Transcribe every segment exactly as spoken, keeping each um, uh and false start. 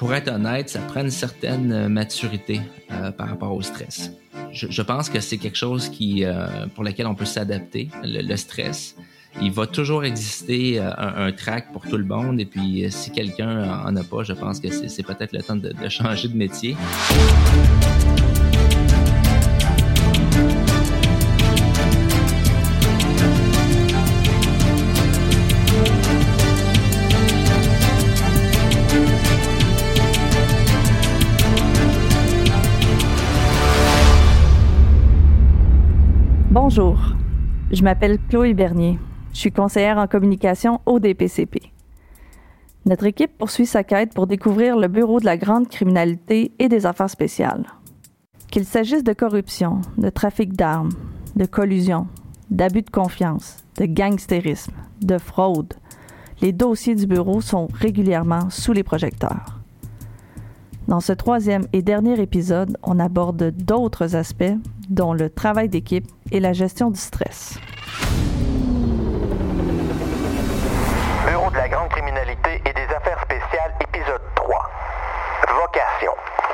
Pour être honnête, ça prend une certaine maturité euh, par rapport au stress. Je, je pense que c'est quelque chose qui, euh, pour lequel on peut s'adapter, le, le stress. Il va toujours exister euh, un, un trac pour tout le monde et puis euh, si quelqu'un en a pas, je pense que c'est, c'est peut-être le temps de, de changer de métier. Bonjour, je m'appelle Chloé Bernier. Je suis conseillère en communication au D P C P. Notre équipe poursuit sa quête pour découvrir le bureau de la grande criminalité et des affaires spéciales. Qu'il s'agisse de corruption, de trafic d'armes, de collusion, d'abus de confiance, de gangstérisme, de fraude, les dossiers du bureau sont régulièrement sous les projecteurs. Dans ce troisième et dernier épisode, on aborde d'autres aspects, dont le travail d'équipe et la gestion du stress. Bureau de la grande criminalité et des affaires spéciales, épisode trois. Vocation.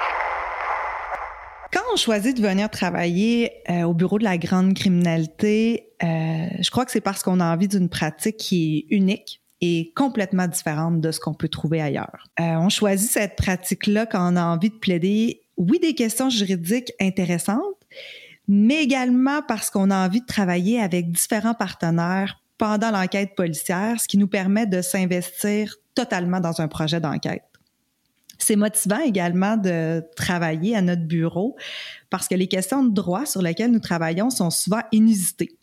Quand on choisit de venir travailler euh, au bureau de la grande criminalité, euh, je crois que c'est parce qu'on a envie d'une pratique qui est unique et complètement différente de ce qu'on peut trouver ailleurs. Euh, on choisit cette pratique-là quand on a envie de plaider, oui, des questions juridiques intéressantes, mais également parce qu'on a envie de travailler avec différents partenaires pendant l'enquête policière, ce qui nous permet de s'investir totalement dans un projet d'enquête. C'est motivant également de travailler à notre bureau parce que les questions de droit sur lesquelles nous travaillons sont souvent inusitées.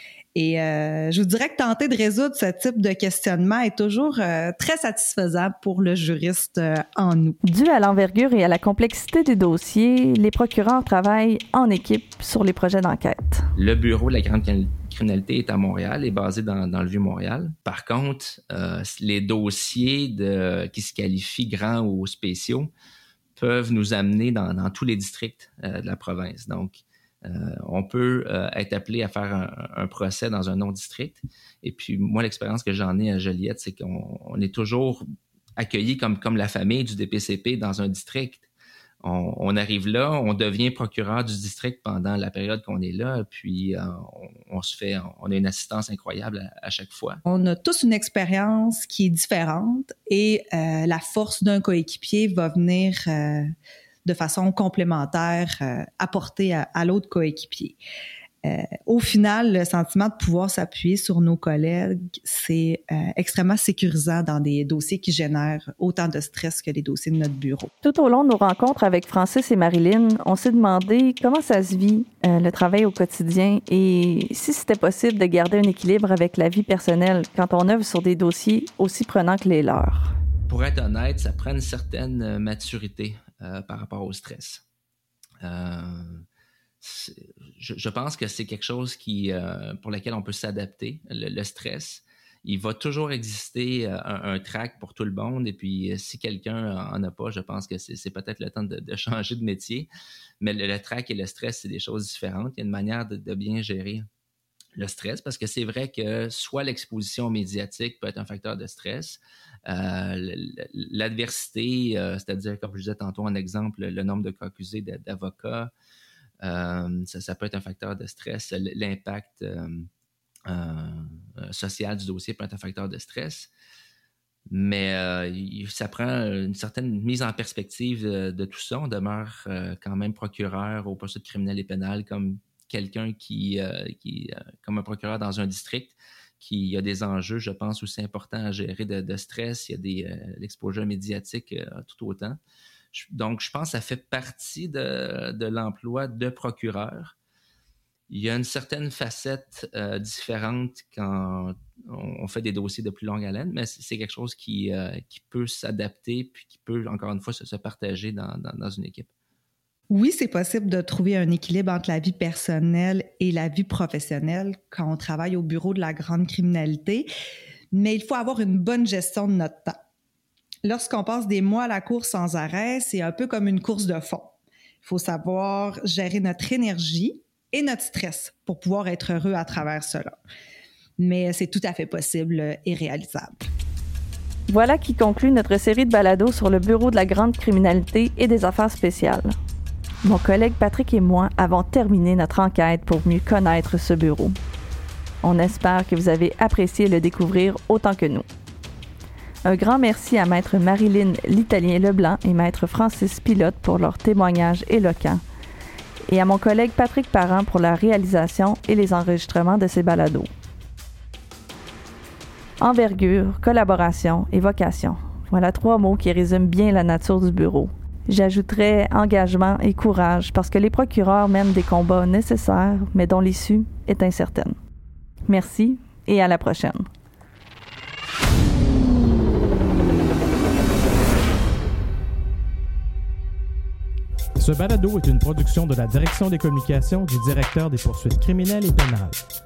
Et euh, je vous dirais que tenter de résoudre ce type de questionnement est toujours euh, très satisfaisant pour le juriste euh, en nous. Dû à l'envergure et à la complexité des dossiers, les procureurs travaillent en équipe sur les projets d'enquête. Le bureau de la grande criminalité est à Montréal, est basé dans, dans le Vieux-Montréal. Par contre, euh, les dossiers de, qui se qualifient grands ou spéciaux peuvent nous amener dans, dans tous les districts euh, de la province. Donc, Euh, on peut euh, être appelé à faire un, un procès dans un autre district. Et puis, moi, l'expérience que j'en ai à Joliette, c'est qu'on on est toujours accueilli comme, comme la famille du D P C P dans un district. On, on arrive là, on devient procureur du district pendant la période qu'on est là, puis euh, on, on se fait, on a une assistance incroyable à, à chaque fois. On a tous une expérience qui est différente et euh, la force d'un coéquipier va venir euh, de façon complémentaire euh, apporter à, à l'autre coéquipier. Euh, au final, le sentiment de pouvoir s'appuyer sur nos collègues, c'est euh, extrêmement sécurisant dans des dossiers qui génèrent autant de stress que les dossiers de notre bureau. Tout au long de nos rencontres avec Francis et Marilyn, on s'est demandé comment ça se vit, euh, le travail au quotidien, et si c'était possible de garder un équilibre avec la vie personnelle quand on œuvre sur des dossiers aussi prenants que les leurs. Pour être honnête, ça prend une certaine maturité euh, par rapport au stress. Euh, je, je pense que c'est quelque chose qui, euh, pour lequel on peut s'adapter, le, le stress. Il va toujours exister euh, un, un trac pour tout le monde et puis euh, si quelqu'un en a pas, je pense que c'est, c'est peut-être le temps de, de changer de métier. Mais le, le trac et le stress, c'est des choses différentes. Il y a une manière de, de bien gérer le stress, parce que c'est vrai que soit l'exposition médiatique peut être un facteur de stress, euh, l'adversité, euh, c'est-à-dire, comme je disais tantôt en exemple, le nombre de cas accusés d'avocats, euh, ça, ça peut être un facteur de stress, l'impact euh, euh, social du dossier peut être un facteur de stress, mais euh, ça prend une certaine mise en perspective de, de tout ça. On demeure euh, quand même procureur aux poursuites criminelles et pénales comme quelqu'un qui, euh, qui euh, comme un procureur dans un district, qui a des enjeux, je pense, aussi importants à gérer de, de stress. Il y a des, euh, l'exposure médiatique euh, tout autant. Je, donc, je pense que ça fait partie de, de l'emploi de procureur. Il y a une certaine facette euh, différente quand on, on fait des dossiers de plus longue haleine, mais c'est, c'est quelque chose qui, euh, qui peut s'adapter puis qui peut, encore une fois, se, se partager dans, dans, dans une équipe. Oui, c'est possible de trouver un équilibre entre la vie personnelle et la vie professionnelle quand on travaille au bureau de la grande criminalité, mais il faut avoir une bonne gestion de notre temps. Lorsqu'on passe des mois à la course sans arrêt, c'est un peu comme une course de fond. Il faut savoir gérer notre énergie et notre stress pour pouvoir être heureux à travers cela. Mais c'est tout à fait possible et réalisable. Voilà qui conclut notre série de balados sur le Bureau de la grande criminalité et des affaires spéciales. Mon collègue Patrick et moi avons terminé notre enquête pour mieux connaître ce bureau. On espère que vous avez apprécié le découvrir autant que nous. Un grand merci à Maître Marilyn l'Italien Leblanc et Maître Francis Pilote pour leur témoignage éloquent, et à mon collègue Patrick Parent pour la réalisation et les enregistrements de ces balados. Envergure, collaboration et vocation. Voilà trois mots qui résument bien la nature du bureau. J'ajouterais engagement et courage parce que les procureurs mènent des combats nécessaires, mais dont l'issue est incertaine. Merci et à la prochaine. Ce balado est une production de la Direction des communications du directeur des poursuites criminelles et pénales.